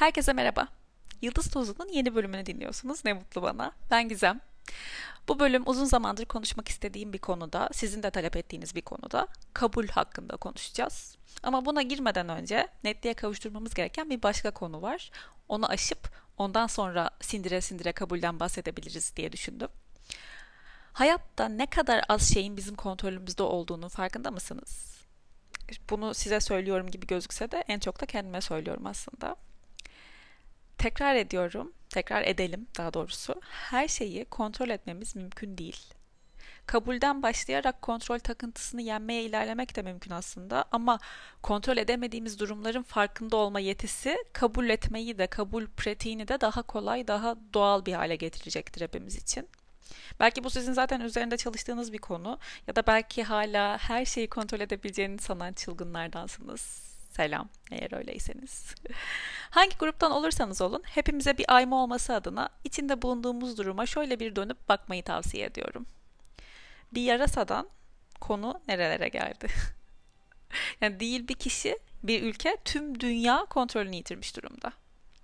Herkese merhaba. Yıldız Tozu'nun yeni bölümünü dinliyorsunuz. Ne mutlu bana. Ben Gizem. Bu bölüm uzun zamandır konuşmak istediğim bir konuda, sizin de talep ettiğiniz bir konuda kabul hakkında konuşacağız. Ama buna girmeden önce netliğe kavuşturmamız gereken bir başka konu var. Onu aşıp ondan sonra sindire sindire kabulden bahsedebiliriz diye düşündüm. Hayatta ne kadar az şeyin bizim kontrolümüzde olduğunu farkında mısınız? Bunu size söylüyorum gibi gözükse de en çok da kendime söylüyorum aslında. Tekrar ediyorum, tekrar edelim daha doğrusu. Her şeyi kontrol etmemiz mümkün değil. Kabulden başlayarak kontrol takıntısını yenmeye ilerlemek de mümkün aslında ama kontrol edemediğimiz durumların farkında olma yetisi kabul etmeyi de kabul pratiğini de daha kolay, daha doğal bir hale getirecektir hepimiz için. Belki bu sizin zaten üzerinde çalıştığınız bir konu ya da belki hala her şeyi kontrol edebileceğini sanan çılgınlardansınız. Selam, eğer öyleyseniz. Hangi gruptan olursanız olun, hepimize bir ayma olması adına içinde bulunduğumuz duruma şöyle bir dönüp bakmayı tavsiye ediyorum. Bir yarasadan konu nerelere geldi? Yani değil bir kişi, bir ülke, tüm dünya kontrolünü yitirmiş durumda.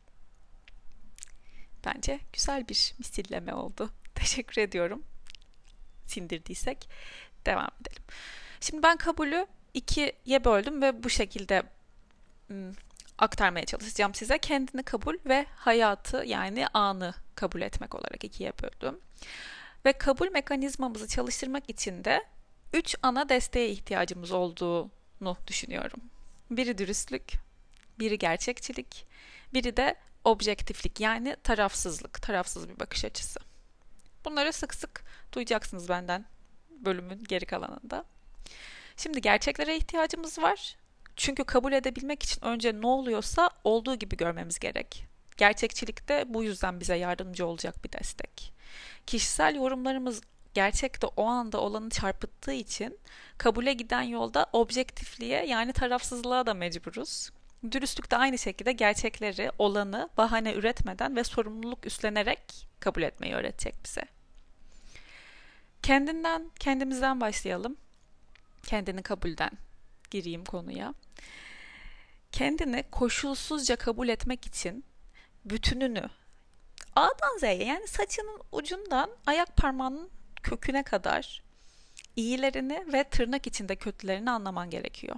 Bence güzel bir misilleme oldu. Teşekkür ediyorum. Sindirdiysek devam edelim. Şimdi ben kabulü ikiye böldüm ve bu şekilde aktarmaya çalışacağım size. Kendini kabul ve hayatı yani anı kabul etmek olarak ikiye böldüm. Ve kabul mekanizmamızı çalıştırmak için de üç ana desteğe ihtiyacımız olduğunu düşünüyorum. Biri dürüstlük, biri gerçekçilik, biri de objektiflik yani tarafsızlık, tarafsız bir bakış açısı. Bunları sık sık duyacaksınız benden bölümün geri kalanında. Şimdi gerçeklere ihtiyacımız var. Çünkü kabul edebilmek için önce ne oluyorsa olduğu gibi görmemiz gerek. Gerçekçilik de bu yüzden bize yardımcı olacak bir destek. Kişisel yorumlarımız gerçekte o anda olanı çarpıttığı için kabule giden yolda objektifliğe yani tarafsızlığa da mecburuz. Dürüstlük de aynı şekilde gerçekleri, olanı bahane üretmeden ve sorumluluk üstlenerek kabul etmeyi öğretecek bize. Kendimizden başlayalım. Kendini kabulden gireyim konuya. Kendini koşulsuzca kabul etmek için bütününü A'dan Z'ye yani saçının ucundan ayak parmağının köküne kadar iyilerini ve tırnak içinde kötülerini anlaman gerekiyor.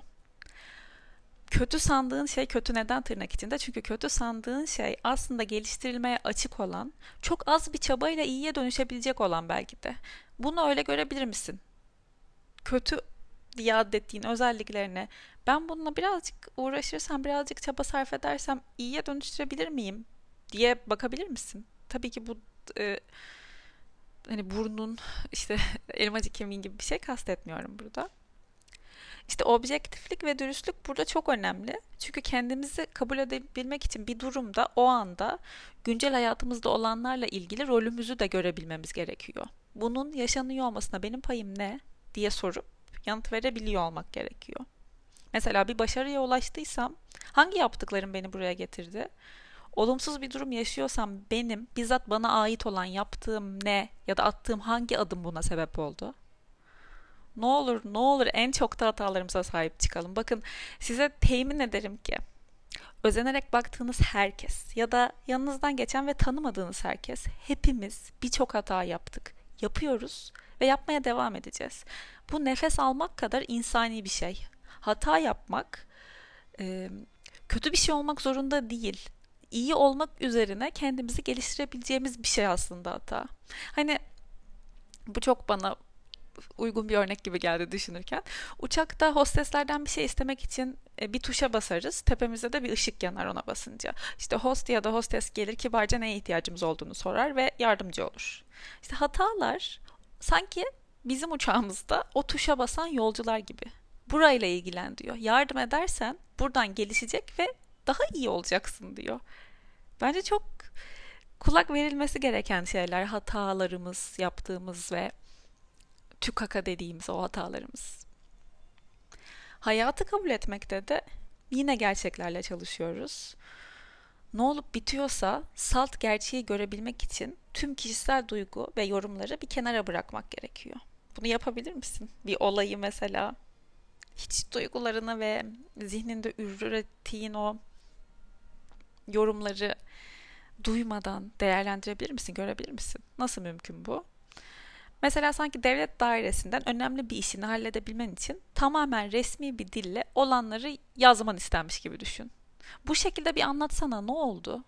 Kötü sandığın şey kötü neden tırnak içinde? Çünkü kötü sandığın şey aslında geliştirilmeye açık olan, çok az bir çabayla iyiye dönüşebilecek olan belki de. Bunu öyle görebilir misin? Kötü diye adettiğin özelliklerini ben bununla birazcık uğraşırsam, birazcık çaba sarf edersem iyiye dönüştürebilir miyim diye bakabilir misin? Tabii ki bu e, hani burnun işte elmacık kemiğin gibi bir şey kastetmiyorum burada. İşte objektiflik ve dürüstlük burada çok önemli. Çünkü kendimizi kabul edebilmek için bir durumda o anda güncel hayatımızda olanlarla ilgili rolümüzü de görebilmemiz gerekiyor. Bunun yaşanıyor olmasına benim payım ne diye sorup yanıt verebiliyor olmak gerekiyor. Mesela bir başarıya ulaştıysam hangi yaptıklarım beni buraya getirdi? Olumsuz bir durum yaşıyorsam benim bizzat bana ait olan yaptığım ne ya da attığım hangi adım buna sebep oldu? Ne olur ne olur en çok da hatalarımıza sahip çıkalım. Bakın size temin ederim ki özenerek baktığınız herkes ya da yanınızdan geçen ve tanımadığınız herkes hepimiz birçok hata yaptık. Yapıyoruz ve yapmaya devam edeceğiz. Bu nefes almak kadar insani bir şey. Hata yapmak e, kötü bir şey olmak zorunda değil. İyi olmak üzerine kendimizi geliştirebileceğimiz bir şey aslında hata. Hani bu çok bana uygun bir örnek gibi geldi düşünürken. Uçakta hosteslerden bir şey istemek için bir tuşa basarız. Tepemizde de bir ışık yanar ona basınca. İşte host ya da hostes gelir kibarca neye ihtiyacımız olduğunu sorar ve yardımcı olur. İşte hatalar sanki bizim uçağımızda o tuşa basan yolcular gibi. Burayla ilgilen diyor. Yardım edersen buradan gelişecek ve daha iyi olacaksın diyor. Bence çok kulak verilmesi gereken şeyler hatalarımız, yaptığımız ve tükaka dediğimiz o hatalarımız. Hayatı kabul etmekte de yine gerçeklerle çalışıyoruz. Ne olup bitiyorsa salt gerçeği görebilmek için tüm kişisel duygu ve yorumları bir kenara bırakmak gerekiyor. Bunu yapabilir misin? Bir olayı mesela hiç duygularını ve zihninde ürettiğin o yorumları duymadan değerlendirebilir misin, görebilir misin? Nasıl mümkün bu? Mesela sanki devlet dairesinden önemli bir işini halledebilmen için tamamen resmi bir dille olanları yazman istenmiş gibi düşün. Bu şekilde bir anlatsana, ne oldu?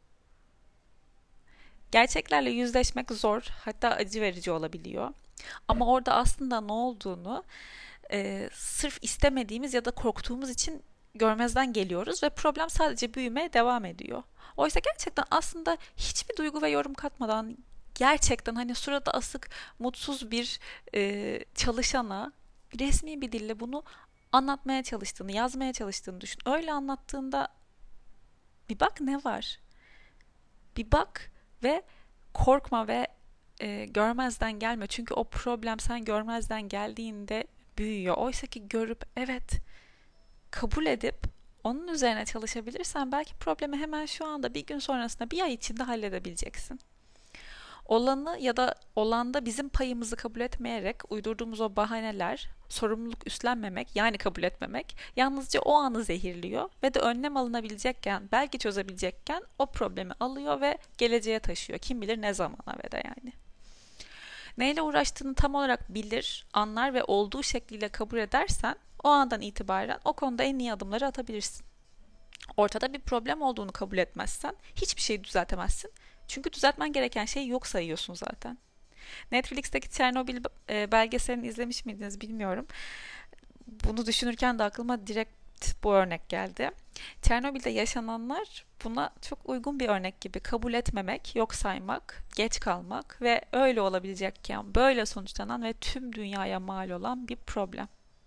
Gerçeklerle yüzleşmek zor, hatta acı verici olabiliyor. Ama orada aslında ne olduğunu sırf istemediğimiz ya da korktuğumuz için görmezden geliyoruz ve problem sadece büyümeye devam ediyor. Oysa gerçekten aslında hiçbir duygu ve yorum katmadan gerçekten hani suratı asık mutsuz bir çalışana resmi bir dille bunu anlatmaya çalıştığını, yazmaya çalıştığını düşün. Öyle anlattığında bir bak ne var? Bir bak ve korkma ve görmezden gelme. Çünkü o problem sen görmezden geldiğinde büyüyor. Oysa ki görüp evet kabul edip onun üzerine çalışabilirsen belki problemi hemen şu anda bir gün sonrasında bir ay içinde halledebileceksin. Olanı ya da olanda bizim payımızı kabul etmeyerek uydurduğumuz o bahaneler, sorumluluk üstlenmemek yani kabul etmemek yalnızca o anı zehirliyor ve de önlem alınabilecekken, belki çözebilecekken o problemi alıyor ve geleceğe taşıyor. Kim bilir ne zamana ve de yani. Neyle uğraştığını tam olarak bilir, anlar ve olduğu şekliyle kabul edersen o andan itibaren o konuda en iyi adımları atabilirsin. Ortada bir problem olduğunu kabul etmezsen hiçbir şeyi düzeltemezsin. Çünkü düzeltmen gereken şeyi yok sayıyorsun zaten. Netflix'teki Çernobil belgeselini izlemiş miydiniz bilmiyorum. Bunu düşünürken de aklıma direkt bu örnek geldi. Çernobil'de yaşananlar buna çok uygun bir örnek gibi. Kabul etmemek, yok saymak, geç kalmak ve öyle olabilecekken böyle sonuçlanan ve tüm dünyaya mal olan bir problem.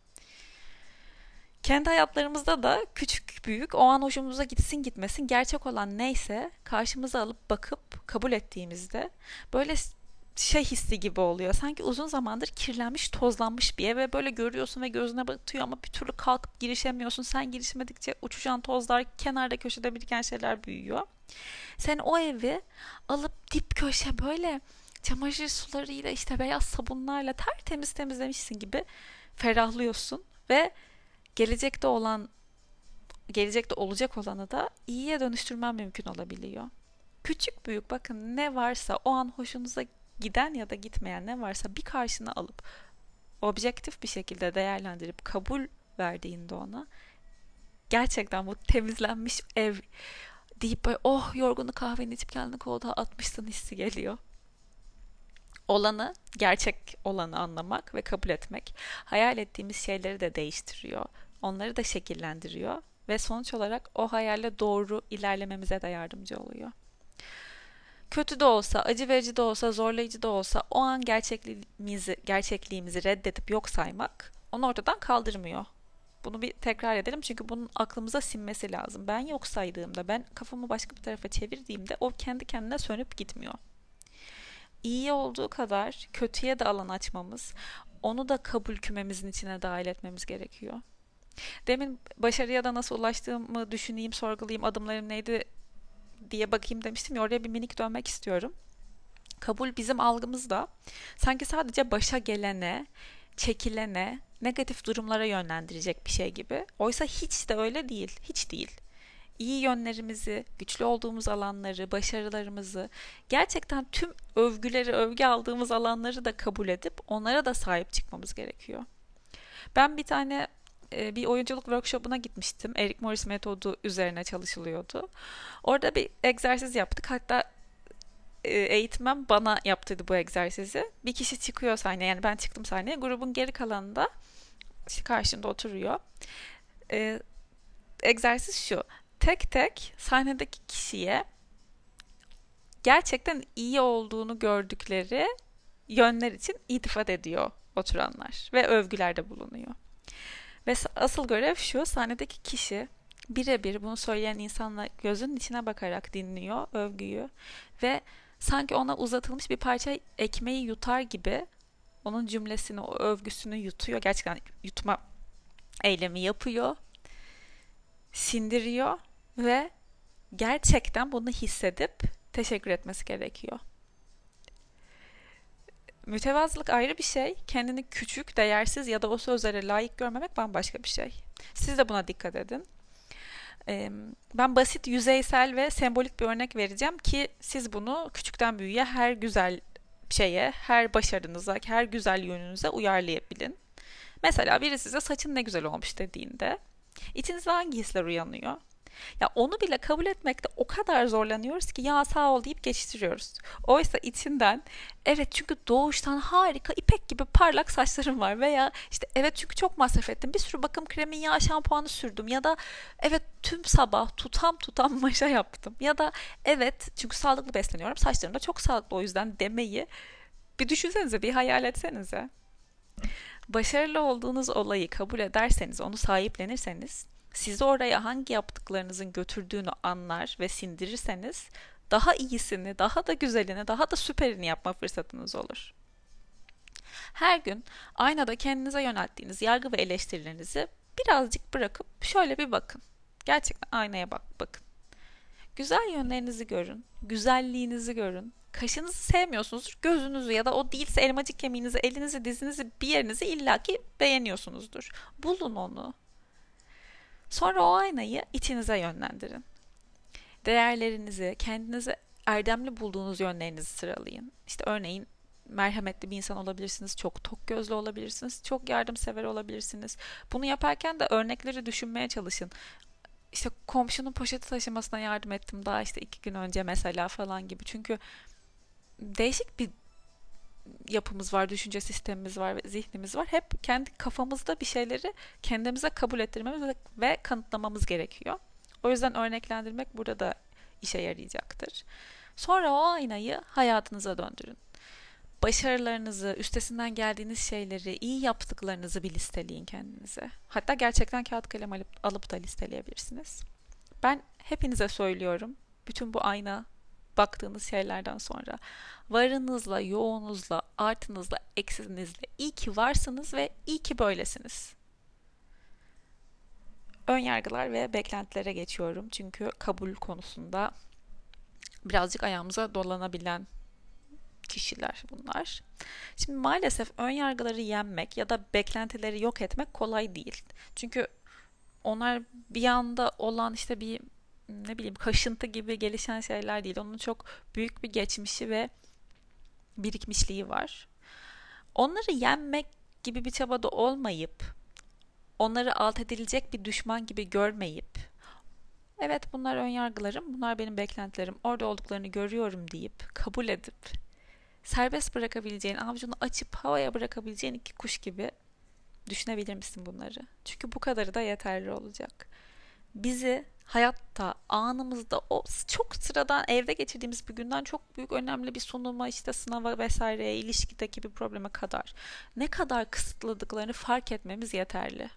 Kendi hayatlarımızda da küçük büyük o an hoşumuza gitsin gitmesin gerçek olan neyse karşımıza alıp bakıp kabul ettiğimizde böyle şey hissi gibi oluyor. Sanki uzun zamandır kirlenmiş, tozlanmış bir ev ve böyle görüyorsun ve gözüne batıyor ama bir türlü kalkıp girişemiyorsun. Sen girişmedikçe uçuşan tozlar, kenarda köşede biriken şeyler büyüyor. Sen o evi alıp dip köşe böyle çamaşır sularıyla işte beyaz sabunlarla tertemiz temizlemişsin gibi ferahlıyorsun ve gelecekte olan gelecekte olacak olanı da iyiye dönüştürmen mümkün olabiliyor. Küçük büyük bakın ne varsa o an hoşunuza giden ya da gitmeyen ne varsa bir karşına alıp objektif bir şekilde değerlendirip kabul verdiğinde ona gerçekten bu temizlenmiş ev deyip böyle oh yorgunluk kahveni içip kendini koltuğa atmışsın hissi geliyor. Olanı, gerçek olanı anlamak ve kabul etmek hayal ettiğimiz şeyleri de değiştiriyor. Onları da şekillendiriyor ve sonuç olarak o hayalle doğru ilerlememize de yardımcı oluyor. Kötü de olsa, acı verici de olsa, zorlayıcı da olsa o an gerçekliğimizi reddedip yok saymak onu ortadan kaldırmıyor. Bunu bir tekrar edelim çünkü bunun aklımıza sinmesi lazım. Ben yok saydığımda, ben kafamı başka bir tarafa çevirdiğimde o kendi kendine sönüp gitmiyor. İyi olduğu kadar kötüye de alan açmamız, onu da kabul kümemizin içine dahil etmemiz gerekiyor. Demin başarıya da nasıl ulaştığımı düşüneyim, sorgulayayım, adımlarım neydi diye bakayım demiştim ya oraya bir minik dönmek istiyorum. Kabul bizim algımızda sanki sadece başa gelene, çekilene, negatif durumlara yönlendirecek bir şey gibi. Oysa hiç de öyle değil, hiç değil. İyi yönlerimizi, güçlü olduğumuz alanları, başarılarımızı, gerçekten tüm övgüleri, övgü aldığımız alanları da kabul edip onlara da sahip çıkmamız gerekiyor. Ben bir tane bir oyunculuk workshopuna gitmiştim. Eric Morris metodu üzerine çalışılıyordu. Orada bir egzersiz yaptık. Hatta eğitmem bana yaptırdı bu egzersizi. Bir kişi çıkıyor sahneye, yani ben çıktım sahneye. Grubun geri kalanı da işte karşımda oturuyor. E, Egzersiz şu. Tek tek sahnedeki kişiye gerçekten iyi olduğunu gördükleri yönler için iltifat ediyor oturanlar ve övgülerde bulunuyor. Ve asıl görev şu, sahnedeki kişi birebir bunu söyleyen insanla gözünün içine bakarak dinliyor övgüyü ve sanki ona uzatılmış bir parça ekmeği yutar gibi onun cümlesini, o övgüsünü yutuyor. Gerçekten yutma eylemi yapıyor, sindiriyor ve gerçekten bunu hissedip teşekkür etmesi gerekiyor. Mütevazılık ayrı bir şey, kendini küçük, değersiz ya da o sözlere layık görmemek bambaşka bir şey. Siz de buna dikkat edin. Ee, Ben basit, yüzeysel ve sembolik bir örnek vereceğim ki siz bunu küçükten büyüğe her güzel şeye, her başarınıza, her güzel yönünüze uyarlayabilin. Mesela biri size saçın ne güzel olmuş dediğinde içinizde hangi hisler uyanıyor? Ya onu bile kabul etmekte o kadar zorlanıyoruz ki ya sağ ol deyip geçiştiriyoruz. Oysa içinden evet çünkü doğuştan harika ipek gibi parlak saçlarım var veya işte evet çünkü çok masraf ettim bir sürü bakım kremi yağ şampuanı sürdüm ya da evet tüm sabah tutam tutam maşa yaptım ya da evet çünkü sağlıklı besleniyorum saçlarım da çok sağlıklı o yüzden demeyi bir düşünsenize bir hayal etsenize. Başarılı olduğunuz olayı kabul ederseniz, onu sahiplenirseniz, sizi oraya hangi yaptıklarınızın götürdüğünü anlar ve sindirirseniz, daha iyisini, daha da güzelini, daha da süperini yapma fırsatınız olur. Her gün aynada kendinize yönelttiğiniz yargı ve eleştirilerinizi birazcık bırakıp şöyle bir bakın. Gerçekten aynaya bakın. Güzel yönlerinizi görün, güzelliğinizi görün. Kaşınızı sevmiyorsunuzdur, gözünüzü ya da o değilse elmacık kemiğinizi, elinizi, dizinizi, bir yerinizi illaki beğeniyorsunuzdur. Bulun onu. Sonra o aynayı içinize yönlendirin. Değerlerinizi, kendinizi erdemli bulduğunuz yönlerinizi sıralayın. İşte örneğin merhametli bir insan olabilirsiniz, çok tok gözlü olabilirsiniz, çok yardımsever olabilirsiniz. Bunu yaparken de örnekleri düşünmeye çalışın. İşte komşunun poşeti taşımasına yardım ettim daha işte 2 gün önce mesela falan gibi. Çünkü değişik bir yapımız var, düşünce sistemimiz var ve zihnimiz var. Hep kendi kafamızda bir şeyleri kendimize kabul ettirmemiz ve kanıtlamamız gerekiyor. O yüzden örneklendirmek burada da işe yarayacaktır. Sonra o aynayı hayatınıza döndürün. Başarılarınızı, üstesinden geldiğiniz şeyleri, iyi yaptıklarınızı bir listeleyin kendinize. Hatta gerçekten kağıt kalem alıp da listeleyebilirsiniz. Ben hepinize söylüyorum. Bütün bu ayna baktığınız şeylerden sonra varınızla, yoğunuzla, artınızla, eksinizle iyi ki varsınız ve iyi ki böylesiniz. Ön yargılar ve beklentilere geçiyorum. Çünkü kabul konusunda birazcık ayağımıza dolanabilen kişiler bunlar. Şimdi maalesef ön yargıları yenmek ya da beklentileri yok etmek kolay değil. Çünkü onlar bir anda olan işte bir ne bileyim kaşıntı gibi gelişen şeyler değil. Onun çok büyük bir geçmişi ve birikmişliği var. Onları yenmek gibi bir çabada olmayıp, onları alt edilecek bir düşman gibi görmeyip, evet bunlar ön yargılarım, bunlar benim beklentilerim, orada olduklarını görüyorum deyip, kabul edip, serbest bırakabileceğin, avucunu açıp havaya bırakabileceğin iki kuş gibi düşünebilir misin bunları? Çünkü bu kadarı da yeterli olacak. Bizi hayatta, anımızda o çok sıradan evde geçirdiğimiz bir günden çok büyük önemli bir sunuma, işte sınava vesaireye, ilişkideki bir probleme kadar ne kadar kısıtladıklarını fark etmemiz yeterli.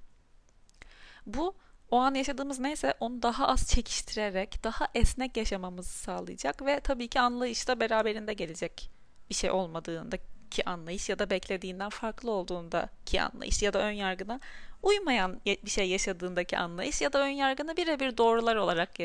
Bu o an yaşadığımız neyse onu daha az çekiştirerek daha esnek yaşamamızı sağlayacak ve tabii ki anlayışla beraberinde gelecek bir şey olmadığındaki anlayış ya da beklediğinden farklı olduğundaki anlayış ya da ön yargına uymayan bir şey yaşadığındaki anlayış ya da ön yargını birebir doğrular olarak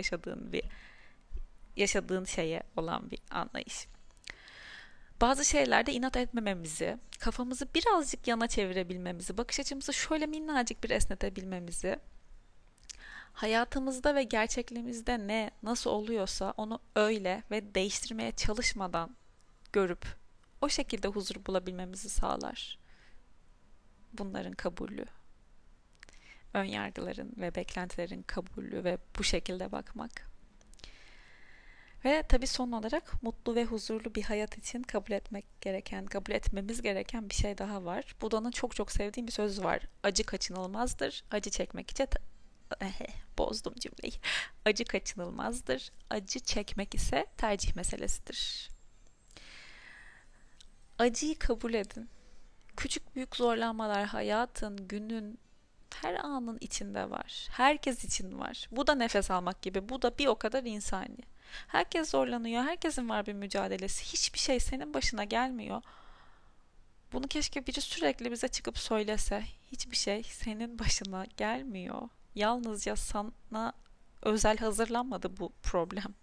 yaşadığın şeye olan bir anlayış. Bazı şeylerde inat etmememizi, kafamızı birazcık yana çevirebilmemizi, bakış açımızı şöyle minnacık bir esnetebilmemizi, hayatımızda ve gerçekliğimizde ne, nasıl oluyorsa onu öyle ve değiştirmeye çalışmadan görüp o şekilde huzur bulabilmemizi sağlar. Bunların kabulü, ön yargıların ve beklentilerin kabulü ve bu şekilde bakmak. Ve tabii son olarak mutlu ve huzurlu bir hayat için kabul etmemiz gereken bir şey daha var. Buda'nın çok çok sevdiğim bir sözü var. Acı kaçınılmazdır. Acı çekmek için bozdum cümleyi. Acı kaçınılmazdır. Acı çekmek ise tercih meselesidir. Acıyı kabul edin. Küçük büyük zorlanmalar hayatın, günün, her anın içinde var. Herkes için var. Bu da nefes almak gibi. Bu da bir o kadar insani. Herkes zorlanıyor. Herkesin var bir mücadelesi. Hiçbir şey senin başına gelmiyor. Bunu keşke biri sürekli bize çıkıp söylese. Hiçbir şey senin başına gelmiyor. Yalnızca sana özel hazırlanmadı bu problem.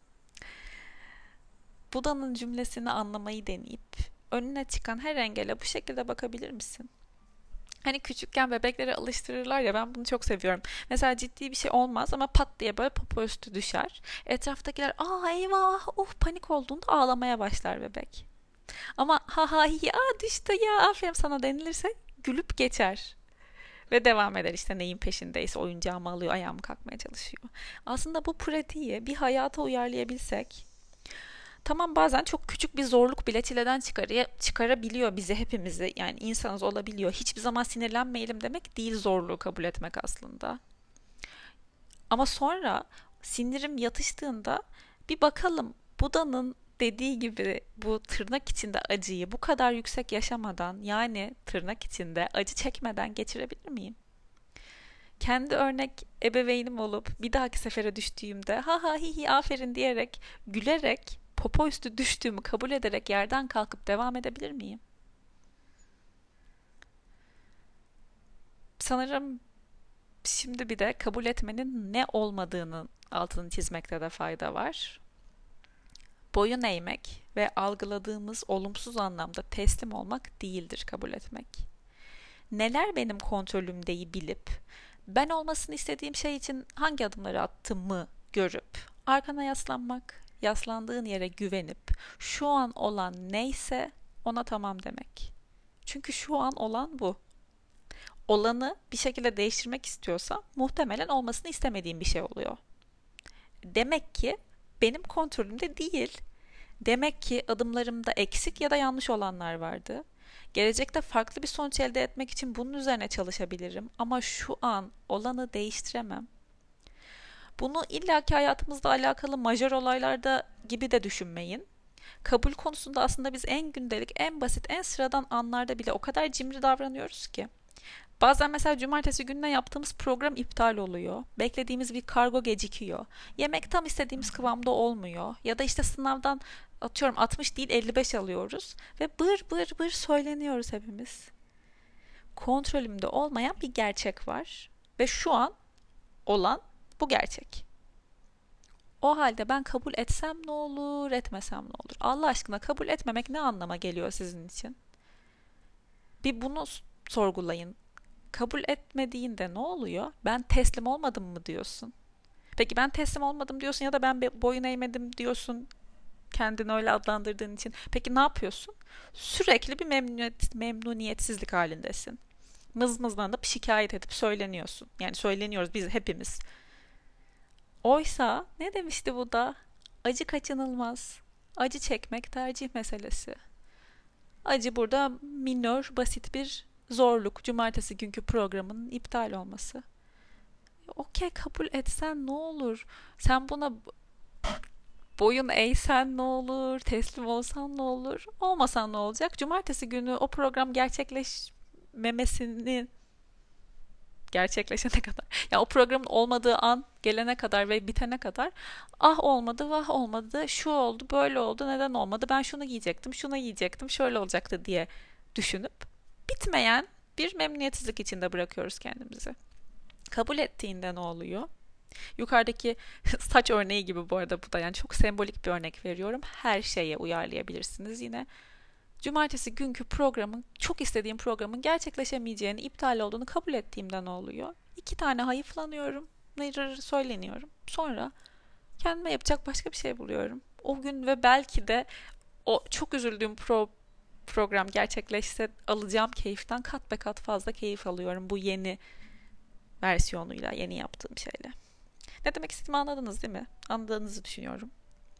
Buda'nın cümlesini anlamayı deneyip önüne çıkan her engele bu şekilde bakabilir misin? Hani küçükken bebekleri alıştırırlar ya, ben bunu çok seviyorum. Mesela ciddi bir şey olmaz ama pat diye böyle popo üstü düşer. Etraftakiler aa eyvah panik olduğunda ağlamaya başlar bebek. Ama ha ha ya düştü ya aferin sana denilirse gülüp geçer. Ve devam eder işte neyin peşindeyse, oyuncağımı alıyor, ayağımı kalkmaya çalışıyor. Aslında bu pratiği bir hayata uyarlayabilsek, tamam bazen çok küçük bir zorluk bile çileden çıkarabiliyor bizi, hepimizi. Yani insanız, olabiliyor. Hiçbir zaman sinirlenmeyelim demek değil zorluğu kabul etmek aslında. Ama sonra sinirim yatıştığında bir bakalım, Buda'nın dediği gibi bu tırnak içinde acıyı bu kadar yüksek yaşamadan, yani tırnak içinde acı çekmeden geçirebilir miyim? Kendi örnek ebeveynim olup bir dahaki sefere düştüğümde ha ha hi hi aferin diyerek, gülerek, popo üstü düştüğümü kabul ederek yerden kalkıp devam edebilir miyim? Sanırım şimdi bir de kabul etmenin ne olmadığının altını çizmekte de fayda var. Boyun eğmek ve algıladığımız olumsuz anlamda teslim olmak değildir kabul etmek. Neler benim kontrolümdeyi bilip, ben olmasını istediğim şey için hangi adımları attığımı görüp, arkana yaslanmak, yaslandığın yere güvenip, şu an olan neyse ona tamam demek. Çünkü şu an olan bu. Olanı bir şekilde değiştirmek istiyorsa muhtemelen olmasını istemediğim bir şey oluyor. Demek ki benim kontrolümde değil. Demek ki adımlarımda eksik ya da yanlış olanlar vardı. Gelecekte farklı bir sonuç elde etmek için bunun üzerine çalışabilirim ama şu an olanı değiştiremem. Bunu illaki hayatımızda alakalı majör olaylarda gibi de düşünmeyin. Kabul konusunda aslında biz en gündelik, en basit, en sıradan anlarda bile o kadar cimri davranıyoruz ki. Bazen mesela cumartesi gününe yaptığımız program iptal oluyor. Beklediğimiz bir kargo gecikiyor. Yemek tam istediğimiz kıvamda olmuyor. Ya da işte sınavdan atıyorum 60 değil 55 alıyoruz. Ve bır bır bır söyleniyoruz hepimiz. Kontrolümde olmayan bir gerçek var. Ve şu an olan bu gerçek. O halde ben kabul etsem ne olur, etmesem ne olur? Allah aşkına kabul etmemek ne anlama geliyor sizin için? Bir bunu sorgulayın. Kabul etmediğinde ne oluyor? Ben teslim olmadım mı diyorsun? Peki ben teslim olmadım diyorsun ya da ben boyun eğmedim diyorsun kendini öyle adlandırdığın için. Peki ne yapıyorsun? Sürekli bir memnuniyetsizlik halindesin. Mızmızlanıp şikayet edip söyleniyorsun. Yani söyleniyoruz biz hepimiz. Oysa ne demişti bu da? Acı kaçınılmaz. Acı çekmek tercih meselesi. Acı burada minör, basit bir zorluk. Cumartesi günkü programın iptal olması. Okey kabul etsen ne olur? Sen buna boyun eğsen ne olur? Teslim olsan ne olur? Olmasan ne olacak? Cumartesi günü o program gerçekleşmemesini gerçekleşene kadar. Yani o programın olmadığı an gelene kadar ve bitene kadar ah olmadı, vah olmadı, şu oldu, böyle oldu, neden olmadı? Ben şunu giyecektim, şunu yiyecektim, şöyle olacaktı diye düşünüp bitmeyen bir memnuniyetsizlik içinde bırakıyoruz kendimizi. Kabul ettiğinde ne oluyor? Yukarıdaki saç örneği gibi bu arada bu da, yani çok sembolik bir örnek veriyorum. Her şeye uyarlayabilirsiniz yine. Cumartesi günkü programın, çok istediğim programın gerçekleşemeyeceğini, iptal olduğunu kabul ettiğimde ne oluyor? İki tane hayıflanıyorum, söyleniyorum. Sonra kendime yapacak başka bir şey buluyorum. O gün ve belki de o çok üzüldüğüm program gerçekleşse alacağım keyiften kat be kat fazla keyif alıyorum bu yeni versiyonuyla, yeni yaptığım şeyle. Ne demek istediğimi anladınız değil mi? Anladığınızı düşünüyorum.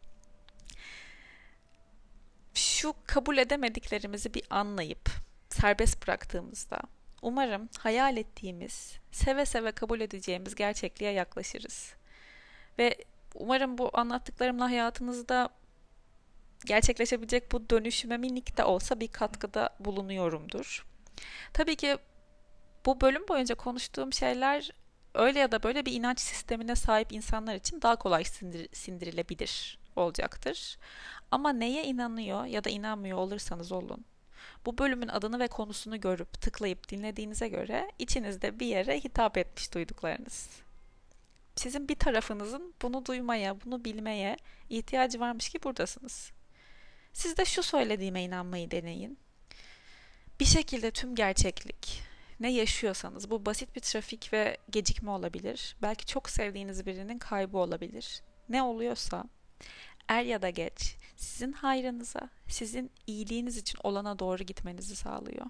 Şu kabul edemediklerimizi bir anlayıp serbest bıraktığımızda umarım hayal ettiğimiz, seve seve kabul edeceğimiz gerçekliğe yaklaşırız. Ve umarım bu anlattıklarımla hayatınızda gerçekleşebilecek bu dönüşüme minik de olsa bir katkıda bulunuyorumdur. Tabii ki bu bölüm boyunca konuştuğum şeyler öyle ya da böyle bir inanç sistemine sahip insanlar için daha kolay sindirilebilir olacaktır. Ama neye inanıyor ya da inanmıyor olursanız olun, bu bölümün adını ve konusunu görüp tıklayıp dinlediğinize göre içinizde bir yere hitap etmiş duyduklarınız. Sizin bir tarafınızın bunu duymaya, bunu bilmeye ihtiyacı varmış ki buradasınız. Siz de şu söylediğime inanmayı deneyin. Bir şekilde tüm gerçeklik, Ne yaşıyorsanız, bu basit bir trafik ve gecikme olabilir. Belki çok sevdiğiniz birinin kaybı olabilir. Ne oluyorsa er ya da geç sizin hayrınıza, sizin iyiliğiniz için olana doğru gitmenizi sağlıyor.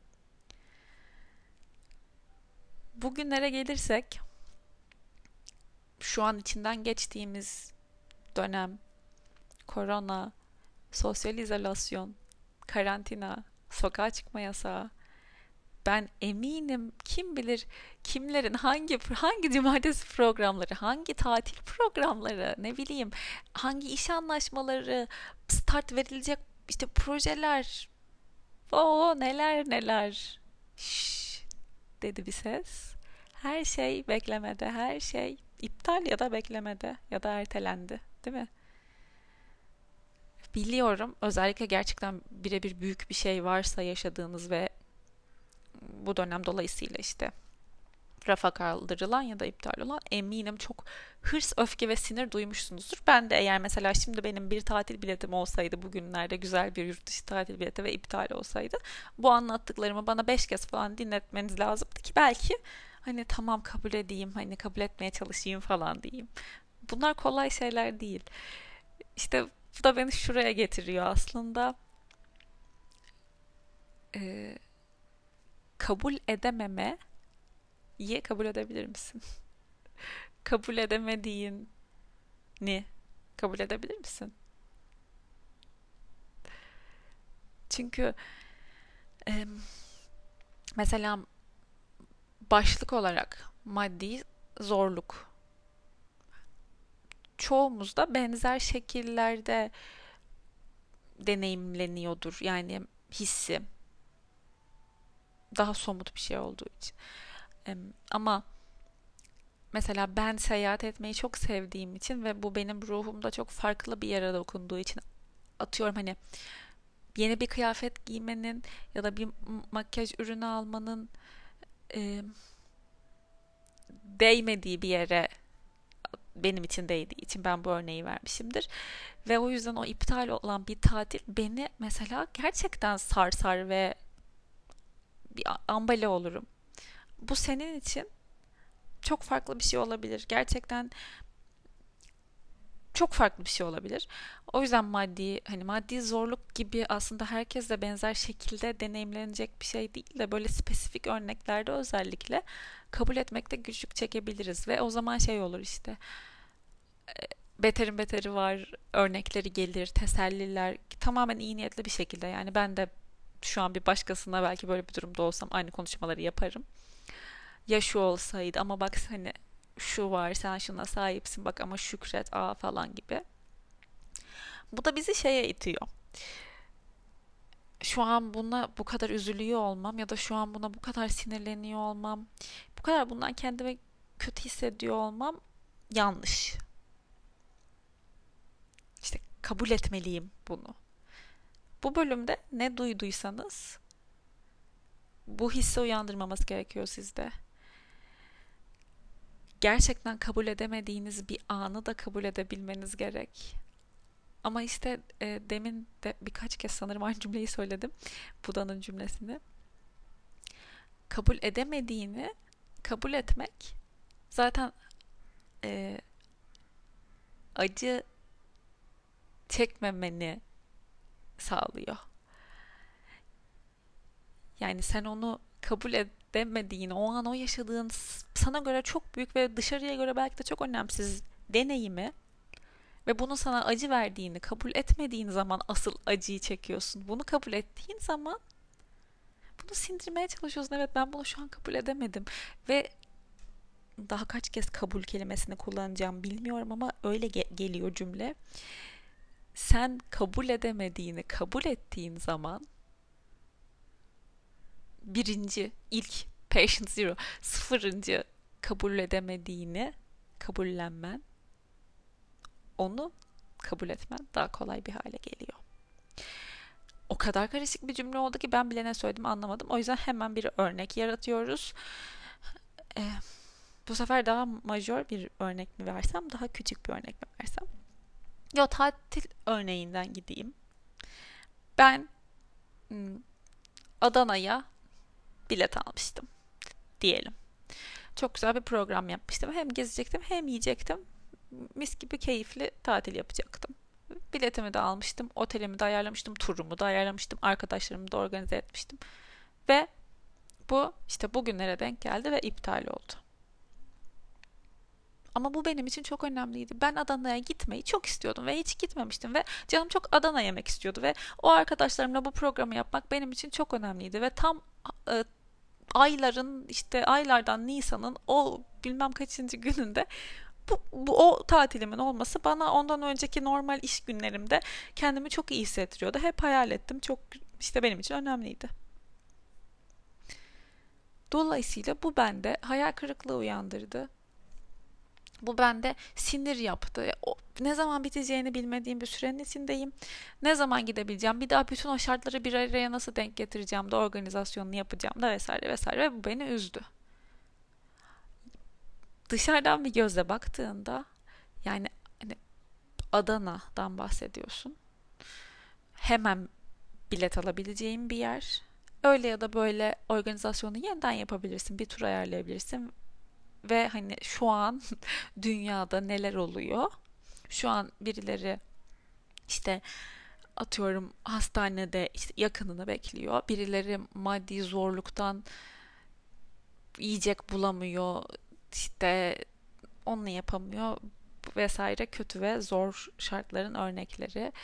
Bugünlere gelirsek, şu an içinden geçtiğimiz dönem, korona, sosyal izolasyon, karantina, sokağa çıkma yasağı, ben eminim kim bilir kimlerin hangi cumartesi programları, hangi tatil programları, ne bileyim hangi iş anlaşmaları, start verilecek işte projeler, o neler neler. Şşş dedi bir ses. Her şey beklemede, her şey iptal ya da beklemede ya da ertelendi, değil mi? Biliyorum, özellikle gerçekten birebir büyük bir şey varsa yaşadığınız ve bu dönem dolayısıyla işte rafa kaldırılan ya da iptal olan, eminim çok hırs, öfke ve sinir duymuşsunuzdur. Ben de eğer mesela şimdi benim bir tatil biletim olsaydı, bugünlerde güzel bir yurt dışı tatil bileti ve iptal olsaydı, bu anlattıklarımı bana 5 kez falan dinletmeniz lazımdı ki belki hani tamam kabul edeyim, hani kabul etmeye çalışayım falan diyeyim. Bunlar kolay şeyler değil. İşte bu da beni şuraya getiriyor aslında. Ee, Kabul edememeyi kabul edebilir misin? Kabul edemediğini kabul edebilir misin? Çünkü e, mesela başlık olarak maddi zorluk çoğumuzda benzer şekillerde deneyimleniyordur. Yani hissi daha somut bir şey olduğu için. Ama mesela ben seyahat etmeyi çok sevdiğim için ve bu benim ruhumda çok farklı bir yere dokunduğu için, atıyorum hani yeni bir kıyafet giymenin ya da bir makyaj ürünü almanın e, değmediği bir yere benim için değdiği için ben bu örneği vermişimdir. Ve o yüzden o iptal olan bir tatil beni mesela gerçekten sarsar ve bir ambale olurum. Bu senin için çok farklı bir şey olabilir. Gerçekten çok farklı bir şey olabilir. O yüzden maddi zorluk gibi aslında herkesle benzer şekilde deneyimlenecek bir şey değil de böyle spesifik örneklerde özellikle kabul etmekte güçlük çekebiliriz ve o zaman şey olur işte. Beterin beteri var, örnekleri gelir, teselliler tamamen iyi niyetli bir şekilde. Yani ben de şu an bir başkasına belki böyle bir durumda olsam aynı konuşmaları yaparım. Ya şu olsaydı ama bak hani şu var, sen şuna sahipsin, bak ama şükret falan gibi. Bu da bizi şeye itiyor. Şu an buna bu kadar üzülüyor olmam ya da şu an buna bu kadar sinirleniyor olmam, bu kadar bundan kendimi kötü hissediyor olmam yanlış. İşte kabul etmeliyim bunu. Bu bölümde ne duyduysanız bu hissi uyandırmaması gerekiyor sizde. Gerçekten kabul edemediğiniz bir anı da kabul edebilmeniz gerek. Ama işte demin de birkaç kez sanırım aynı cümleyi söyledim. Buda'nın cümlesini. Kabul edemediğini kabul etmek zaten e, acı çekmemeni sağlıyor. Yani sen onu kabul edemediğin, o an o yaşadığın sana göre çok büyük ve dışarıya göre belki de çok önemsiz deneyimi ve bunun sana acı verdiğini kabul etmediğin zaman asıl acıyı çekiyorsun. Bunu kabul ettiğin zaman bunu sindirmeye çalışıyorsun. Evet, ben bunu şu an kabul edemedim ve daha kaç kez kabul kelimesini kullanacağım bilmiyorum ama öyle geliyor cümle. Sen kabul edemediğini kabul ettiğin zaman ilk patient zero, sıfırıncı kabul edemediğini kabullenmen, onu kabul etmen daha kolay bir hale geliyor. O kadar karışık bir cümle oldu ki ben bile ne söylediğimi anlamadım. O yüzden hemen bir örnek yaratıyoruz. Ee, Bu sefer daha majör bir örnek mi versem, daha küçük bir örnek mi versem? Yo, tatil örneğinden gideyim. Ben Adana'ya bilet almıştım. diyelim. Çok güzel bir program yapmıştım. Hem gezecektim hem yiyecektim. Mis gibi keyifli tatil yapacaktım. Biletimi de almıştım, otelimi de ayarlamıştım, turumu da ayarlamıştım, arkadaşlarımı da organize etmiştim. Ve bu işte bugünlere denk geldi ve iptal oldu. Ama bu benim için çok önemliydi. Ben Adana'ya gitmeyi çok istiyordum ve hiç gitmemiştim ve canım çok Adana yemek istiyordu ve o arkadaşlarımla bu programı yapmak benim için çok önemliydi ve tam e, aylardan Nisan'ın o bilmem kaçıncı gününde o tatilimin olması bana ondan önceki normal iş günlerimde kendimi çok iyi hissettiriyordu. Hep hayal ettim. Çok işte benim için önemliydi. Dolayısıyla bu bende hayal kırıklığı uyandırdı. Bu bende sinir yaptı. Ne zaman biteceğini bilmediğim bir sürenin içindeyim. Ne zaman gidebileceğim? Bir daha bütün o şartları bir araya nasıl denk getireceğim de organizasyonunu yapacağım da vesaire vesaire ve bu beni üzdü. Dışarıdan bir gözle baktığında yani hani Adana'dan bahsediyorsun. Hemen bilet alabileceğin bir yer. Öyle ya da böyle organizasyonu yeniden yapabilirsin. Bir tur ayarlayabilirsin. Ve hani şu an dünyada neler oluyor? Şu an birileri işte atıyorum hastanede işte yakınını bekliyor. Birileri maddi zorluktan yiyecek bulamıyor. İşte onu yapamıyor vesaire kötü ve zor şartların örnekleri.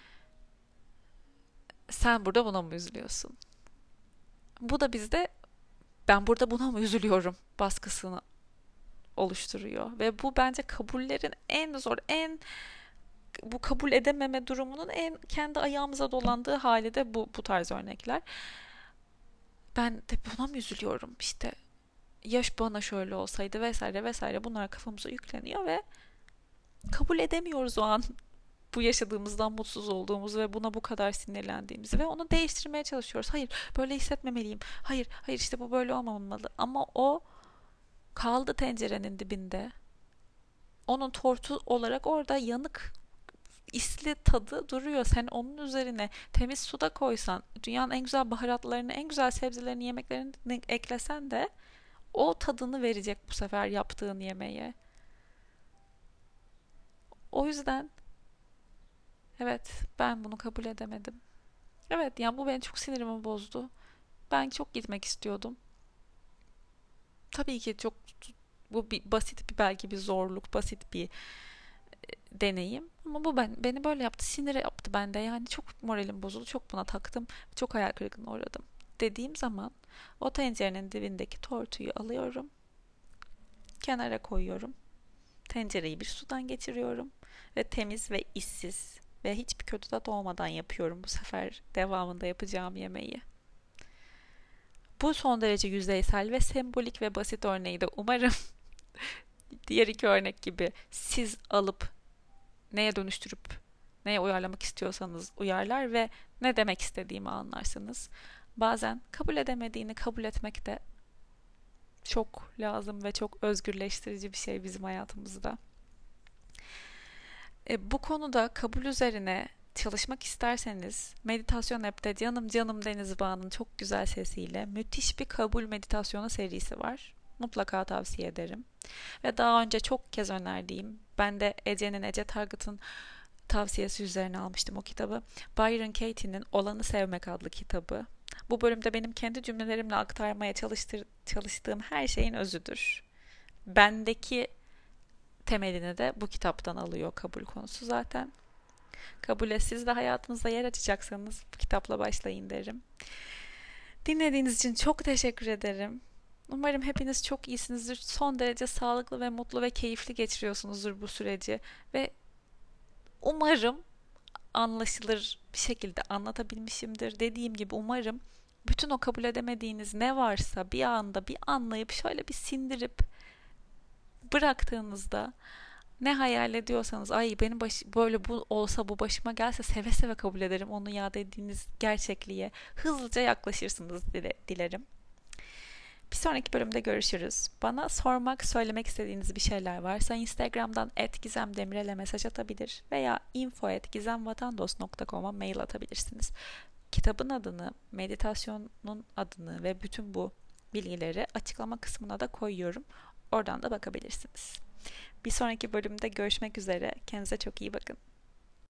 Sen burada buna mı üzülüyorsun? Bu da bizde ben burada buna mı üzülüyorum baskısını oluşturuyor. Ve bu bence kabullerin en zor, bu kabul edememe durumunun en kendi ayağımıza dolandığı hali de bu tarz örnekler. Ben de buna mı üzülüyorum işte yaş bana şöyle olsaydı vesaire vesaire bunlar kafamıza yükleniyor ve kabul edemiyoruz o an bu yaşadığımızdan mutsuz olduğumuzu ve buna bu kadar sinirlendiğimizi ve onu değiştirmeye çalışıyoruz. Hayır, böyle hissetmemeliyim. Hayır, hayır işte bu böyle olmamalı. Ama o kaldı tencerenin dibinde. Onun tortu olarak orada yanık isli tadı duruyor. Sen onun üzerine temiz suda koysan, dünyanın en güzel baharatlarını, en güzel sebzelerini, yemeklerini eklesen de o tadını verecek bu sefer yaptığın yemeğe. O yüzden evet ben bunu kabul edemedim. Evet yani bu benim çok sinirimi bozdu. Ben çok gitmek istiyordum. Tabii ki çok bu basit bir belki bir zorluk, basit bir deneyim. Ama bu beni böyle yaptı, sinir yaptı bende. Yani çok moralim bozuldu, çok buna taktım, çok hayal kırıklığına uğradım. Dediğim zaman o tencerenin dibindeki tortuyu alıyorum, kenara koyuyorum. Tencereyi bir sudan geçiriyorum ve temiz ve işsiz ve hiçbir kötü tat olmadan yapıyorum bu sefer devamında yapacağım yemeği. Bu son derece yüzeysel ve sembolik ve basit örneği de umarım diğer iki örnek gibi siz alıp neye dönüştürüp neye uyarlamak istiyorsanız uyarlar ve ne demek istediğimi anlarsınız. Bazen kabul edemediğini kabul etmek de çok lazım ve çok özgürleştirici bir şey bizim hayatımızda. Bu konuda kabul üzerine çalışmak isterseniz Meditasyon App'te Canım Canım Deniz Bağ'ın çok güzel sesiyle müthiş bir kabul meditasyonu serisi var. Mutlaka tavsiye ederim. Ve daha önce çok kez önerdiğim, ben de Ece Target'ın tavsiyesi üzerine almıştım o kitabı. Byron Katie'nin Olanı Sevmek adlı kitabı. Bu bölümde benim kendi cümlelerimle aktarmaya çalıştığım her şeyin özüdür. Bendeki temelini de bu kitaptan alıyor kabul konusu zaten. Kabule siz de hayatınızda yer açacaksanız bu kitapla başlayın derim. Dinlediğiniz için çok teşekkür ederim. Umarım hepiniz çok iyisinizdir. Son derece sağlıklı ve mutlu ve keyifli geçiriyorsunuzdur bu süreci. Ve umarım anlaşılır bir şekilde anlatabilmişimdir. Dediğim gibi umarım bütün o kabul edemediğiniz ne varsa bir anda bir anlayıp şöyle bir sindirip bıraktığınızda ne hayal ediyorsanız ay benim böyle bu olsa bu başıma gelse seve seve kabul ederim onu ya dediğiniz gerçekliğe hızlıca yaklaşırsınız dilerim. Bir sonraki bölümde görüşürüz. Bana sormak, söylemek istediğiniz bir şeyler varsa Instagram'dan @gizemdemirel'e mesaj atabilir veya info@gizemvatandos.com'a mail atabilirsiniz. Kitabın adını, meditasyonun adını ve bütün bu bilgileri açıklama kısmına da koyuyorum. Oradan da bakabilirsiniz. Bir sonraki bölümde görüşmek üzere. Kendinize çok iyi bakın.